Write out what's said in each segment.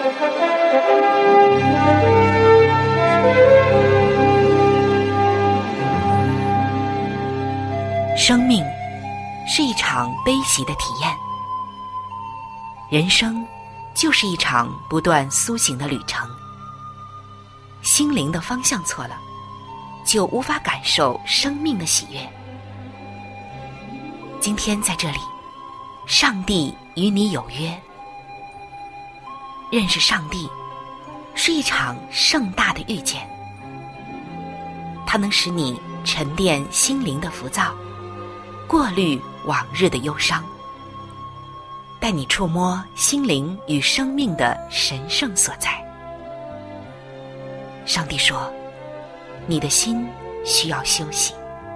生命是一场悲喜的体验，人生就是一场不断苏醒的旅程。心灵的方向错了，就无法感受生命的喜悦。今天在这里，上帝与你有约。认识上帝是一场盛大的遇见，它能使你沉淀心灵的浮躁，过滤往日的忧伤，带你触摸心灵与生命的神圣所在。上帝说，你的心需要休息。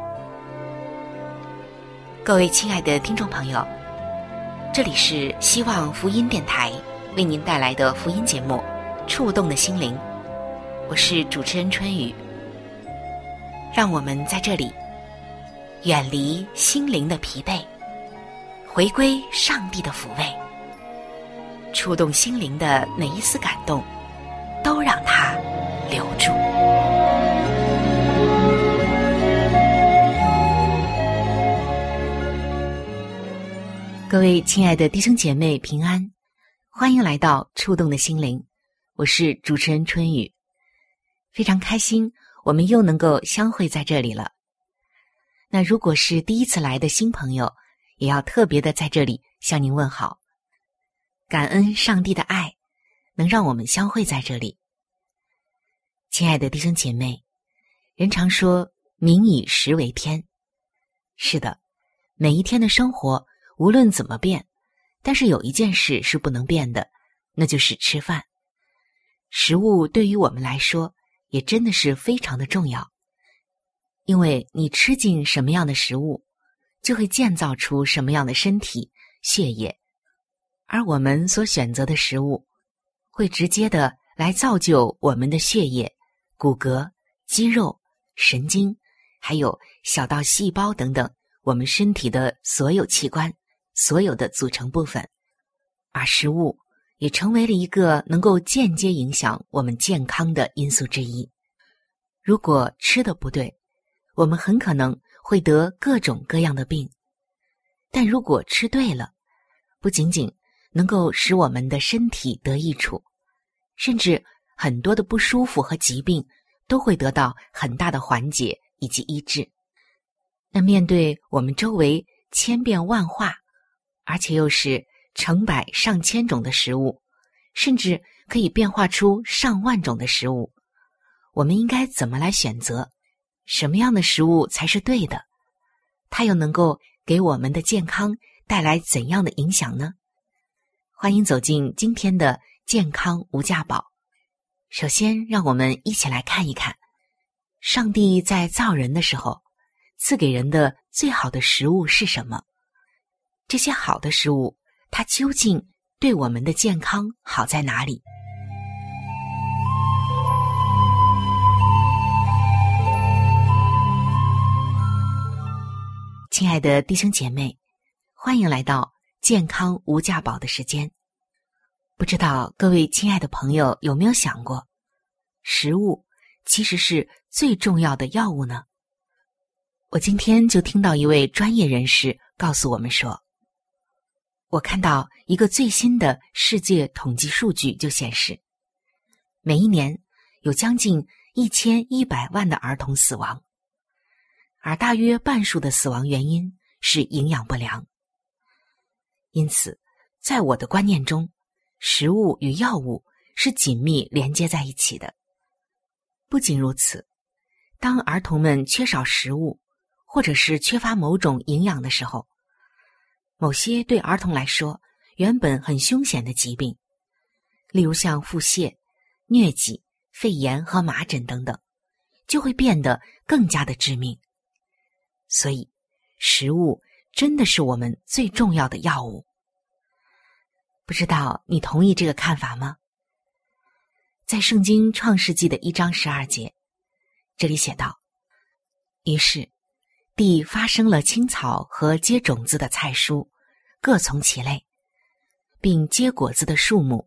各位亲爱的听众朋友，这里是希望福音电台为您带来的福音节目《触动的心灵》，我是主持人春雨。让我们在这里远离心灵的疲惫，回归上帝的抚慰，触动心灵的每一丝感动，都让它留住。各位亲爱的弟兄姐妹平安，欢迎来到触动的心灵，我是主持人春雨。非常开心我们又能够相会在这里了。那如果是第一次来的新朋友，也要特别的在这里向您问好。感恩上帝的爱能让我们相会在这里。亲爱的弟兄姐妹，人常说民以食为天。是的，每一天的生活无论怎么变，但是有一件事是不能变的，那就是吃饭。食物对于我们来说也真的是非常的重要，因为你吃进什么样的食物，就会建造出什么样的身体、血液，而我们所选择的食物会直接的来造就我们的血液、骨骼、肌肉、神经，还有小到细胞等等我们身体的所有器官，所有的组成部分。而食物也成为了一个能够间接影响我们健康的因素之一。如果吃的不对，我们很可能会得各种各样的病，但如果吃对了，不仅仅能够使我们的身体得益处，甚至很多的不舒服和疾病都会得到很大的缓解以及医治。那面对我们周围千变万化，而且又是成百上千种的食物，甚至可以变化出上万种的食物，我们应该怎么来选择？什么样的食物才是对的？它又能够给我们的健康带来怎样的影响呢？欢迎走进今天的健康无价宝。首先让我们一起来看一看，上帝在造人的时候赐给人的最好的食物是什么？这些好的食物，它究竟对我们的健康好在哪里？亲爱的弟兄姐妹，欢迎来到健康无价宝的时间。不知道各位亲爱的朋友有没有想过，食物其实是最重要的药物呢？我今天就听到一位专业人士告诉我们说，我看到一个最新的世界统计数据就显示，每一年有将近1100万的儿童死亡，而大约半数的死亡原因是营养不良。因此，在我的观念中，食物与药物是紧密连接在一起的。不仅如此，当儿童们缺少食物，或者是缺乏某种营养的时候，某些对儿童来说原本很凶险的疾病，例如像腹泻、疟疾、肺炎和麻疹等等，就会变得更加的致命。所以，食物真的是我们最重要的药物。不知道你同意这个看法吗？在圣经创世纪的1章12节，这里写道：于是地发生了青草和结种子的菜蔬，各从其类，并结果子的树木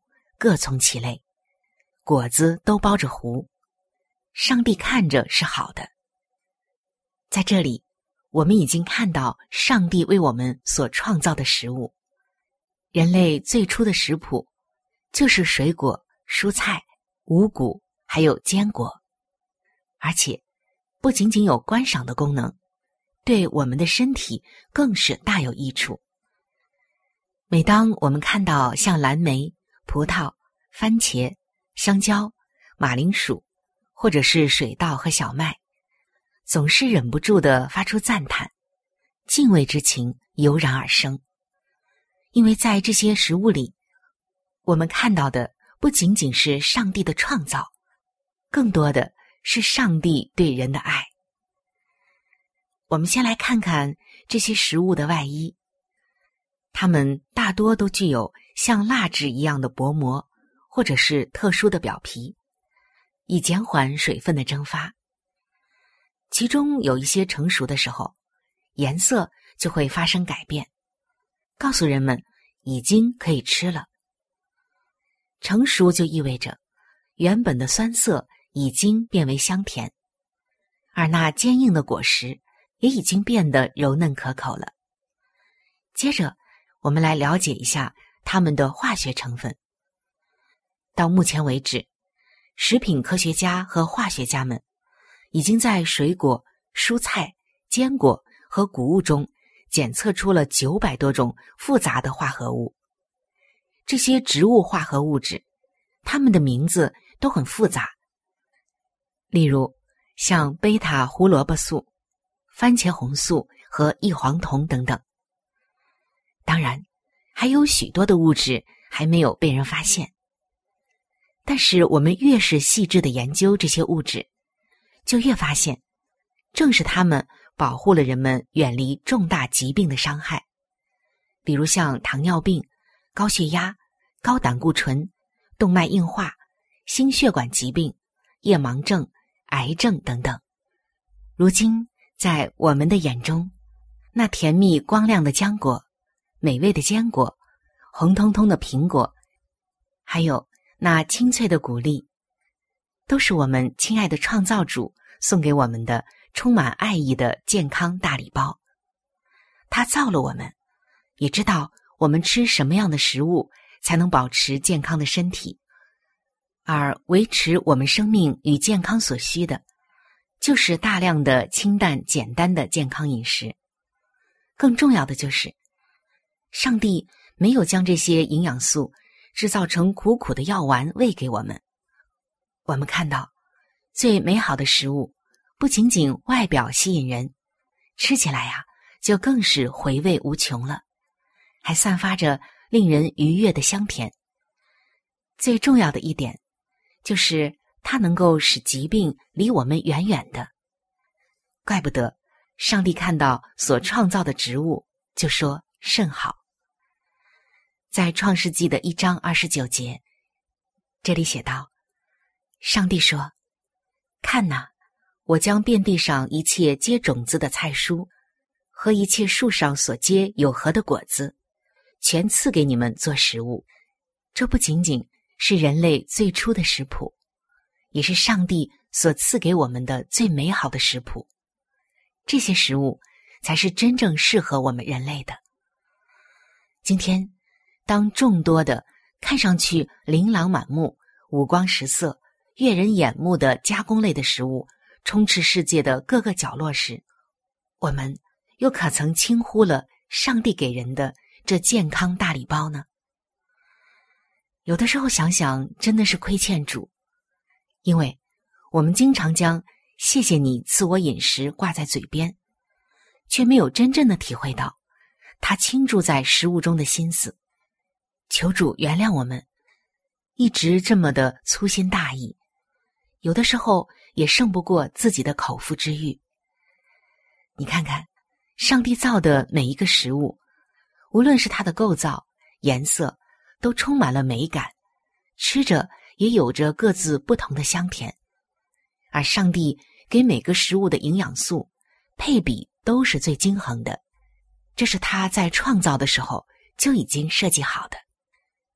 各从其类，果子都包着核，上帝看着是好的。在这里，我们已经看到上帝为我们所创造的食物。人类最初的食谱就是水果、蔬菜、五谷还有坚果，而且不仅仅有观赏的功能，对我们的身体更是大有益处。每当我们看到像蓝莓、葡萄、番茄、香蕉、马铃薯或者是水稻和小麦，总是忍不住地发出赞叹，敬畏之情油然而生。因为在这些食物里，我们看到的不仅仅是上帝的创造，更多的是上帝对人的爱。我们先来看看这些食物的外衣，它们大多都具有像蜡质一样的薄膜，或者是特殊的表皮，以减缓水分的蒸发。其中有一些成熟的时候，颜色就会发生改变，告诉人们已经可以吃了。成熟就意味着原本的酸涩已经变为香甜，而那坚硬的果实也已经变得柔嫩可口了。接着我们来了解一下它们的化学成分。到目前为止，食品科学家和化学家们已经在水果、蔬菜、坚果和谷物中检测出了900多种复杂的化合物。这些植物化合物质，它们的名字都很复杂，例如像贝塔胡萝卜素、番茄红素和异黄酮等等。当然，还有许多的物质还没有被人发现。但是我们越是细致地研究这些物质，就越发现，正是它们保护了人们远离重大疾病的伤害，比如像糖尿病、高血压、高胆固醇、动脉硬化、心血管疾病、夜盲症、癌症等等。如今在我们的眼中，那甜蜜光亮的浆果、美味的坚果、红彤彤的苹果，还有那清脆的谷粒，都是我们亲爱的创造主送给我们的充满爱意的健康大礼包。他造了我们，也知道我们吃什么样的食物才能保持健康的身体，而维持我们生命与健康所需的，就是大量的清淡简单的健康饮食。更重要的就是，上帝没有将这些营养素制造成苦苦的药丸喂给我们。我们看到，最美好的食物不仅仅外表吸引人，吃起来就更是回味无穷了，还散发着令人愉悦的香甜。最重要的一点，就是它能够使疾病离我们远远的。怪不得上帝看到所创造的植物，就说甚好。在创世纪的1章29节，这里写道：上帝说，看哪，我将遍地上一切结种子的菜蔬和一切树上所结有核的果子，全赐给你们做食物。这不仅仅是人类最初的食谱，也是上帝所赐给我们的最美好的食谱。这些食物才是真正适合我们人类的。今天，当众多的看上去琳琅满目、五光十色、悦人眼目的加工类的食物充斥世界的各个角落时，我们又可曾轻忽了上帝给人的这健康大礼包呢？有的时候想想，真的是亏欠主，因为我们经常将谢谢你赐我饮食挂在嘴边，却没有真正的体会到他倾注在食物中的心思。求主原谅我们一直这么的粗心大意，有的时候也胜不过自己的口腹之欲。你看看，上帝造的每一个食物，无论是它的构造、颜色，都充满了美感，吃着也有着各自不同的香甜。而上帝给每个食物的营养素配比都是最均衡的，这是他在创造的时候就已经设计好的。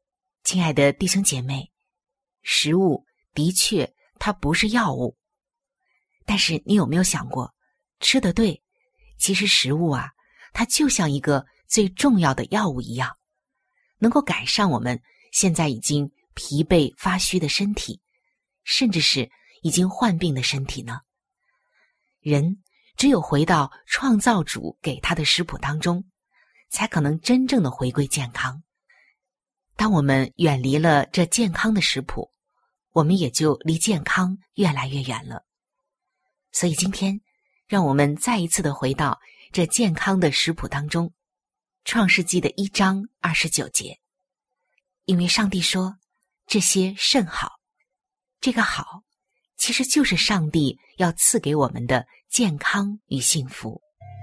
亲爱的弟兄姐妹，食物的确它不是药物，但是你有没有想过，吃得对，其实食物啊，它就像一个最重要的药物一样，能够改善我们现在已经疲惫发虚的身体，甚至是已经患病的身体呢？人只有回到创造主给他的食谱当中，才可能真正的回归健康。当我们远离了这健康的食谱，我们也就离健康越来越远了。所以今天，让我们再一次的回到这健康的食谱当中，创世纪的1章29节。因为上帝说，这些甚好。这个好，其实就是上帝要赐给我们的健康与幸福。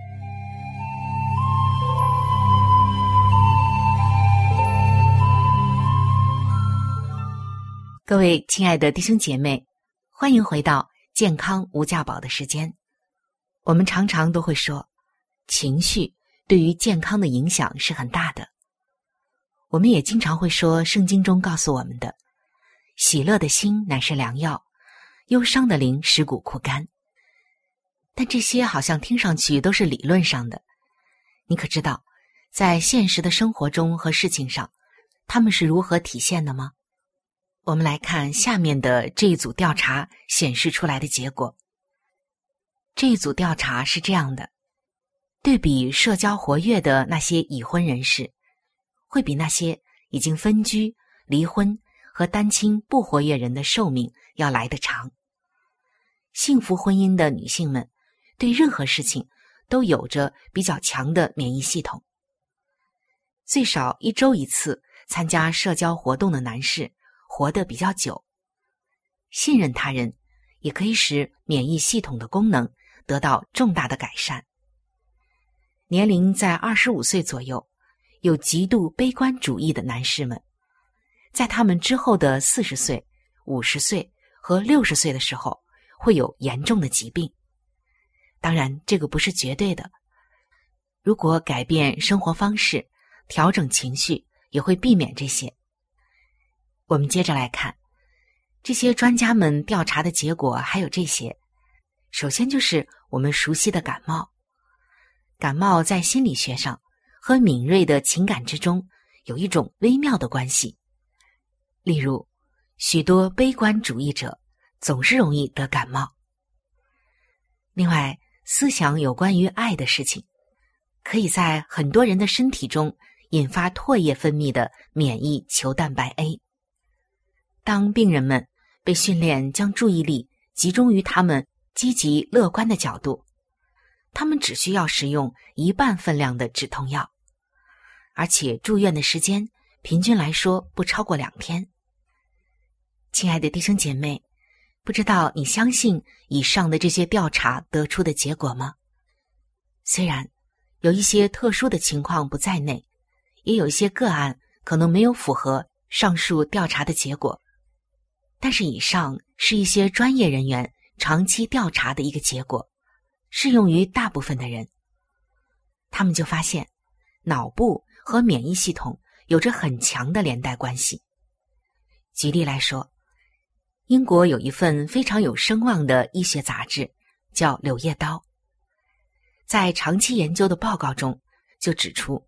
各位亲爱的弟兄姐妹，欢迎回到健康无价宝的时间。我们常常都会说，情绪对于健康的影响是很大的。我们也经常会说，圣经中告诉我们的，喜乐的心乃是良药，忧伤的灵使骨枯干。但这些好像听上去都是理论上的，你可知道，在现实的生活中和事情上，它们是如何体现的吗？我们来看下面的这一组调查显示出来的结果。这一组调查是这样的，对比社交活跃的那些已婚人士，会比那些已经分居、离婚和单亲不活跃人的寿命要来得长。幸福婚姻的女性们对任何事情都有着比较强的免疫系统。最少1周1次参加社交活动的男士活得比较久。信任他人也可以使免疫系统的功能得到重大的改善。年龄在25岁左右，有极度悲观主义的男士们，在他们之后的40岁、50岁和60岁的时候，会有严重的疾病。当然，这个不是绝对的。如果改变生活方式，调整情绪，也会避免这些。我们接着来看，这些专家们调查的结果还有这些。首先就是我们熟悉的感冒。感冒在心理学上和敏锐的情感之中有一种微妙的关系。例如，许多悲观主义者总是容易得感冒。另外，思想有关于爱的事情，可以在很多人的身体中引发唾液分泌的免疫球蛋白 A。当病人们被训练将注意力集中于他们积极乐观的角度，他们只需要使用1半分量的止痛药，而且住院的时间平均来说不超过2天。亲爱的弟兄姐妹，不知道你相信以上的这些调查得出的结果吗？虽然有一些特殊的情况不在内，也有一些个案可能没有符合上述调查的结果，但是以上是一些专业人员长期调查的一个结果，适用于大部分的人。他们就发现，脑部和免疫系统有着很强的连带关系。举例来说，英国有一份非常有声望的医学杂志，叫《柳叶刀》。在长期研究的报告中，就指出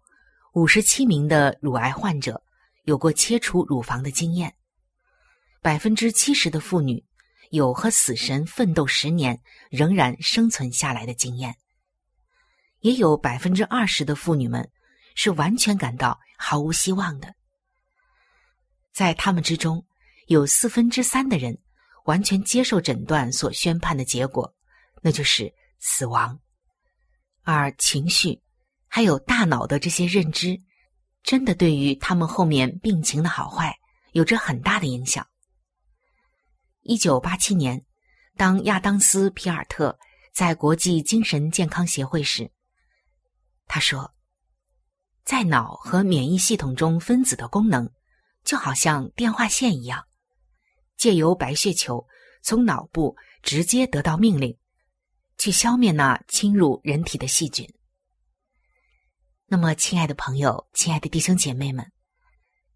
57名的乳癌患者有过切除乳房的经验，70%的妇女有和死神奋斗10年仍然生存下来的经验，也有20%的妇女们是完全感到毫无希望的。在他们之中，有3/4的人完全接受诊断所宣判的结果，那就是死亡。而情绪还有大脑的这些认知，真的对于他们后面病情的好坏有着很大的影响。1987年，当亚当斯·皮尔特在国际精神健康协会时，他说，在脑和免疫系统中分子的功能就好像电话线一样，借由白血球从脑部直接得到命令，去消灭那侵入人体的细菌。那么亲爱的朋友，亲爱的弟兄姐妹们，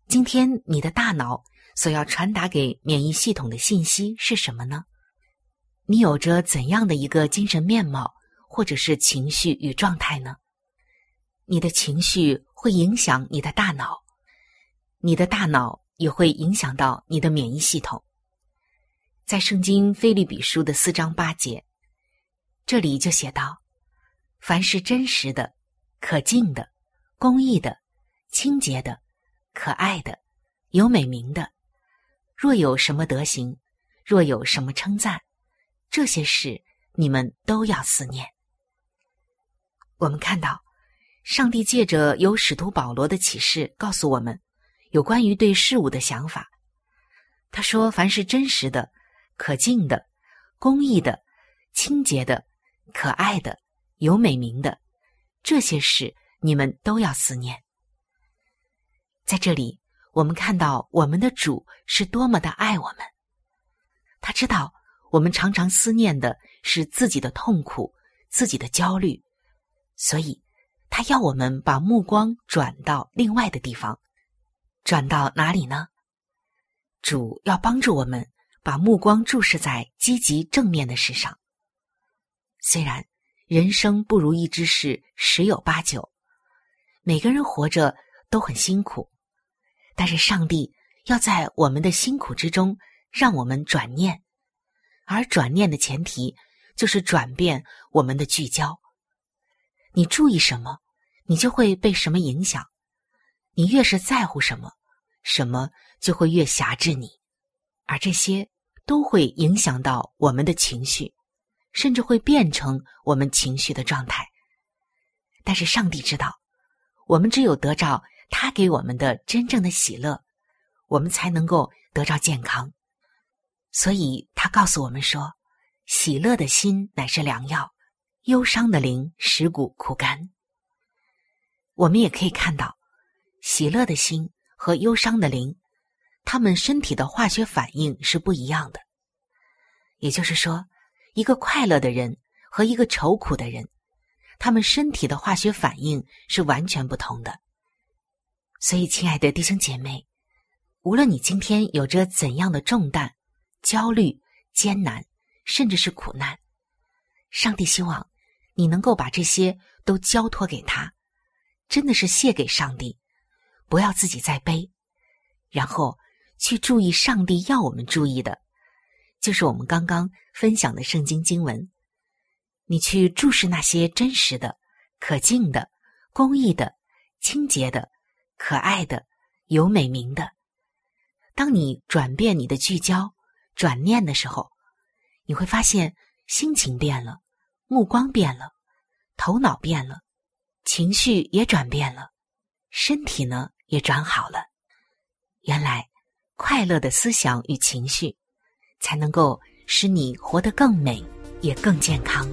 今天你的大脑所要传达给免疫系统的信息是什么呢？你有着怎样的一个精神面貌，或者是情绪与状态呢？你的情绪会影响你的大脑，你的大脑也会影响到你的免疫系统。在圣经腓立比书的4章8节，这里就写道：凡是真实的、可敬的、公义的、清洁的、可爱的、有美名的，若有什么德行，若有什么称赞，这些事你们都要思念。我们看到上帝借着由使徒保罗的启示告诉我们有关于对事物的想法。他说，凡是真实的、可敬的、公义的、清洁的、可爱的、有美名的，这些事你们都要思念。在这里我们看到我们的主是多么的爱我们，他知道我们常常思念的是自己的痛苦、自己的焦虑，所以他要我们把目光转到另外的地方。转到哪里呢？主要帮助我们把目光注视在积极正面的事上。虽然人生不如意之事十有八九，每个人活着都很辛苦，但是上帝要在我们的辛苦之中让我们转念，而转念的前提就是转变我们的聚焦。你注意什么，你就会被什么影响。你越是在乎什么，什么就会越辖制你，而这些都会影响到我们的情绪，甚至会变成我们情绪的状态。但是上帝知道，我们只有得着他给我们的真正的喜乐，我们才能够得着健康。所以他告诉我们说，喜乐的心乃是良药，忧伤的灵使骨枯干。我们也可以看到，喜乐的心和忧伤的灵，他们身体的化学反应是不一样的。也就是说，一个快乐的人和一个愁苦的人，他们身体的化学反应是完全不同的。所以亲爱的弟兄姐妹，无论你今天有着怎样的重担、焦虑、艰难，甚至是苦难，上帝希望你能够把这些都交托给他，真的是卸给上帝，不要自己再背，然后去注意上帝要我们注意的，就是我们刚刚分享的圣经经文。你去注视那些真实的、可敬的、公义的、清洁的、可爱的、有美名的。当你转变你的聚焦、转念的时候，你会发现心情变了，目光变了，头脑变了，情绪也转变了，身体呢也转好了。原来快乐的思想与情绪才能够使你活得更美，也更健康。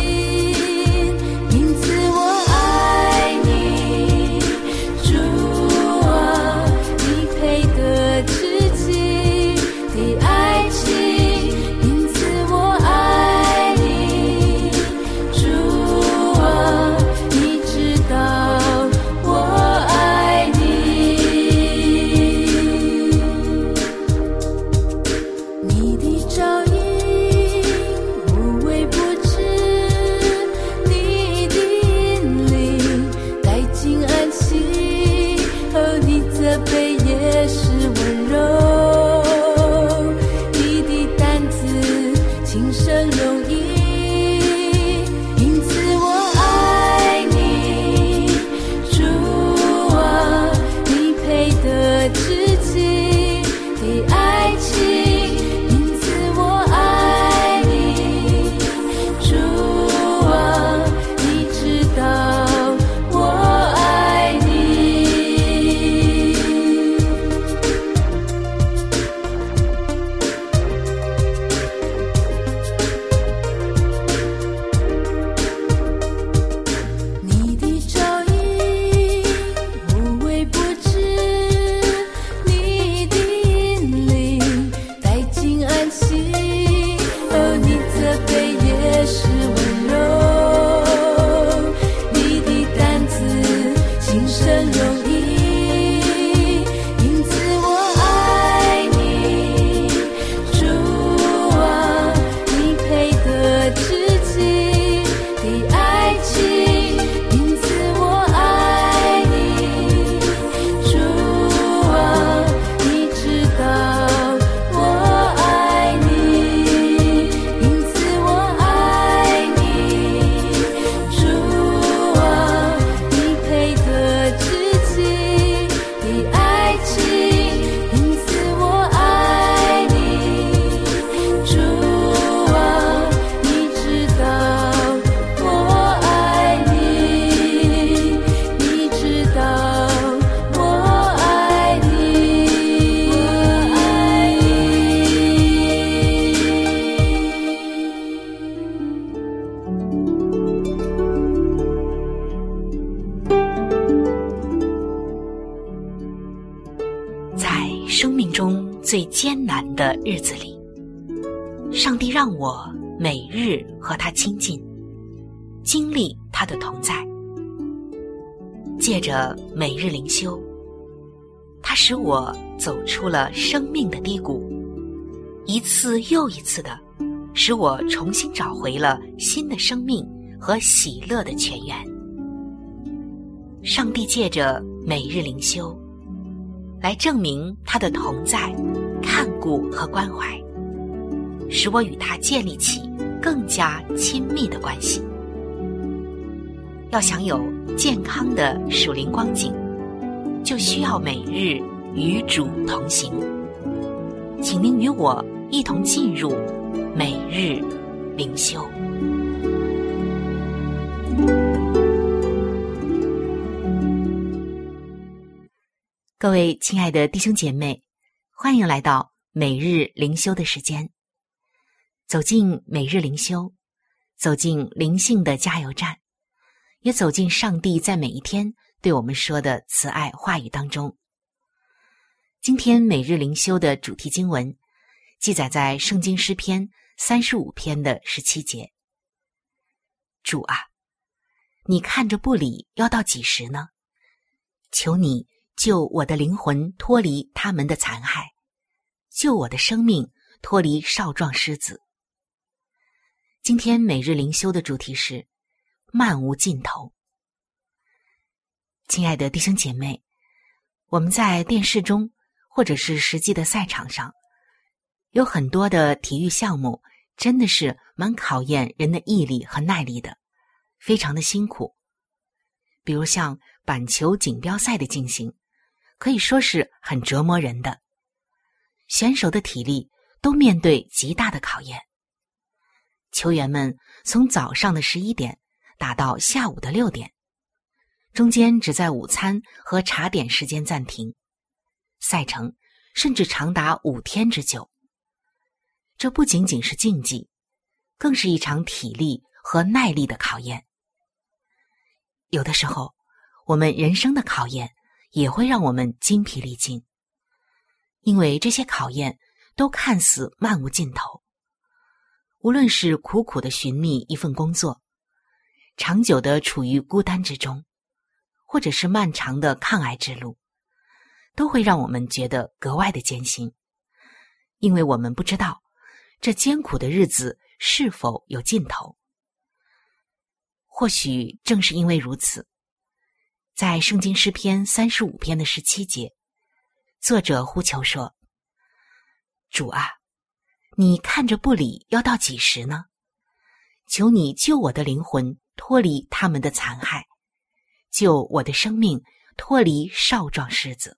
因此我爱你，主。 最艰难的日子里，上帝让我每日和他亲近，经历他的同在。借着每日灵修，他使我走出了生命的低谷，一次又一次的使我重新找回了新的生命和喜乐的泉源。上帝借着每日灵修来证明他的同在、看顾和关怀，使我与他建立起更加亲密的关系。要享有健康的属灵光景，就需要每日与主同行。请您与我一同进入每日灵修。各位亲爱的弟兄姐妹，欢迎来到每日灵修的时间。走进每日灵修，走进灵性的加油站，也走进上帝在每一天对我们说的慈爱话语当中。今天每日灵修的主题经文记载在圣经诗篇35篇的17节。主啊，你看着不理要到几时呢？求你救我的灵魂脱离他们的残害，救我的生命脱离少壮狮子。今天每日灵修的主题是漫无尽头。亲爱的弟兄姐妹，我们在电视中或者是实际的赛场上，有很多的体育项目真的是蛮考验人的毅力和耐力的，非常的辛苦。比如像板球锦标赛的进行，可以说是很折磨人的，选手的体力都面对极大的考验。球员们从早上的11点打到下午的6点，中间只在午餐和茶点时间暂停，赛程甚至长达5天之久。这不仅仅是竞技，更是一场体力和耐力的考验。有的时候，我们人生的考验也会让我们筋疲力尽，因为这些考验都看似漫无尽头。无论是苦苦地寻觅一份工作，长久地处于孤单之中，或者是漫长的抗癌之路，都会让我们觉得格外的艰辛，因为我们不知道这艰苦的日子是否有尽头。或许正是因为如此，在圣经诗篇35篇的17节，作者呼求说：主啊，你看着不理要到几时呢？求你救我的灵魂脱离他们的残害，救我的生命脱离少壮狮子。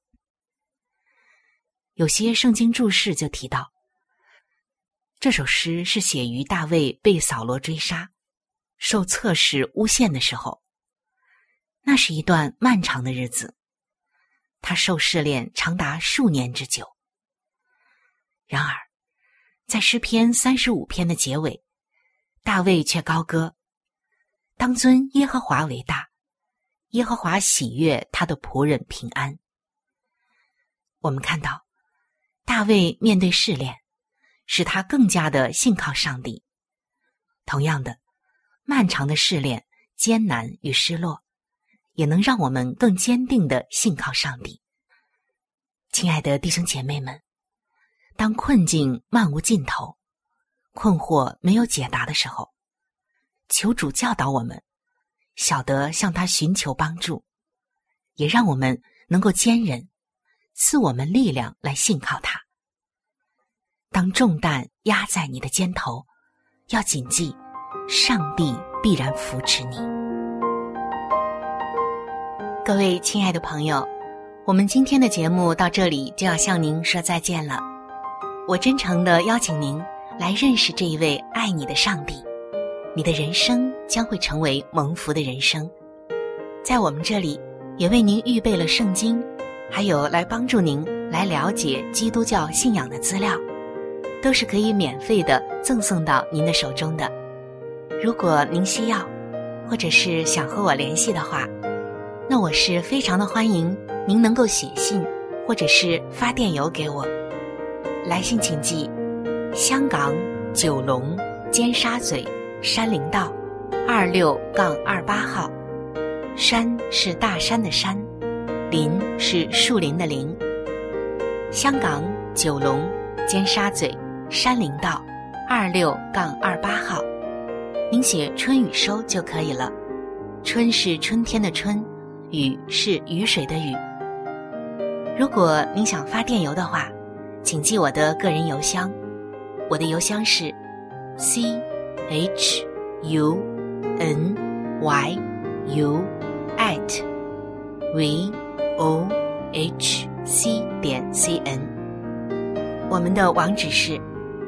有些圣经注释就提到，这首诗是写于大卫被扫罗追杀，受测试诬陷的时候。那是一段漫长的日子，他受试炼长达数年之久。然而在诗篇35篇的结尾，大卫却高歌：当尊耶和华为大，耶和华喜悦他的仆人平安。我们看到大卫面对试炼，使他更加的信靠上帝。同样的，漫长的试炼、艰难与失落，也能让我们更坚定地信靠上帝。亲爱的弟兄姐妹们，当困境漫无尽头，困惑没有解答的时候，求主教导我们，晓得向他寻求帮助，也让我们能够坚忍，赐我们力量来信靠他。当重担压在你的肩头，要谨记，上帝必然扶持你。各位亲爱的朋友，我们今天的节目到这里就要向您说再见了。我真诚地邀请您来认识这一位爱你的上帝，你的人生将会成为蒙福的人生。在我们这里也为您预备了圣经，还有来帮助您来了解基督教信仰的资料，都是可以免费的赠送到您的手中的。如果您需要，或者是想和我联系的话，那我是非常的欢迎您能够写信或者是发电邮给我。 来信请寄香港九龙尖沙咀山林道26-28号，山是大山的山，林是树林的林。香港九龙尖沙咀山林道26-28号，您写春雨收就可以了。春是春天的春，雨是雨水的雨。如果您想发电邮的话，请寄我的个人邮箱，我的邮箱是 CHUNYU@vohc.cn， 我们的网址是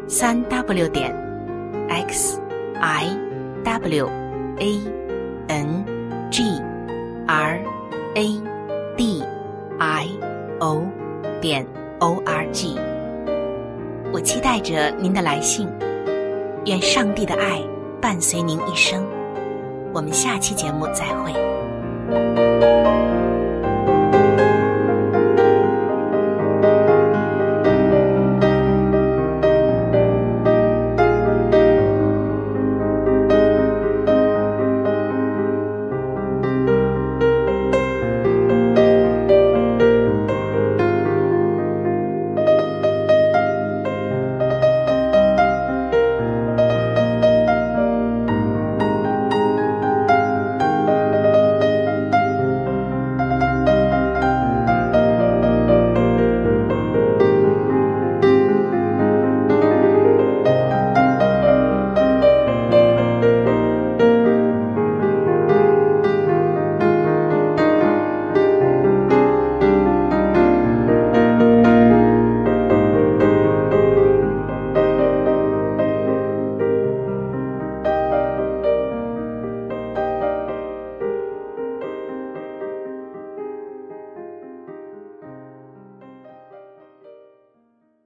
www.xiwangradio.org。我期待着您的来信，愿上帝的爱伴随您一生。我们下期节目再会。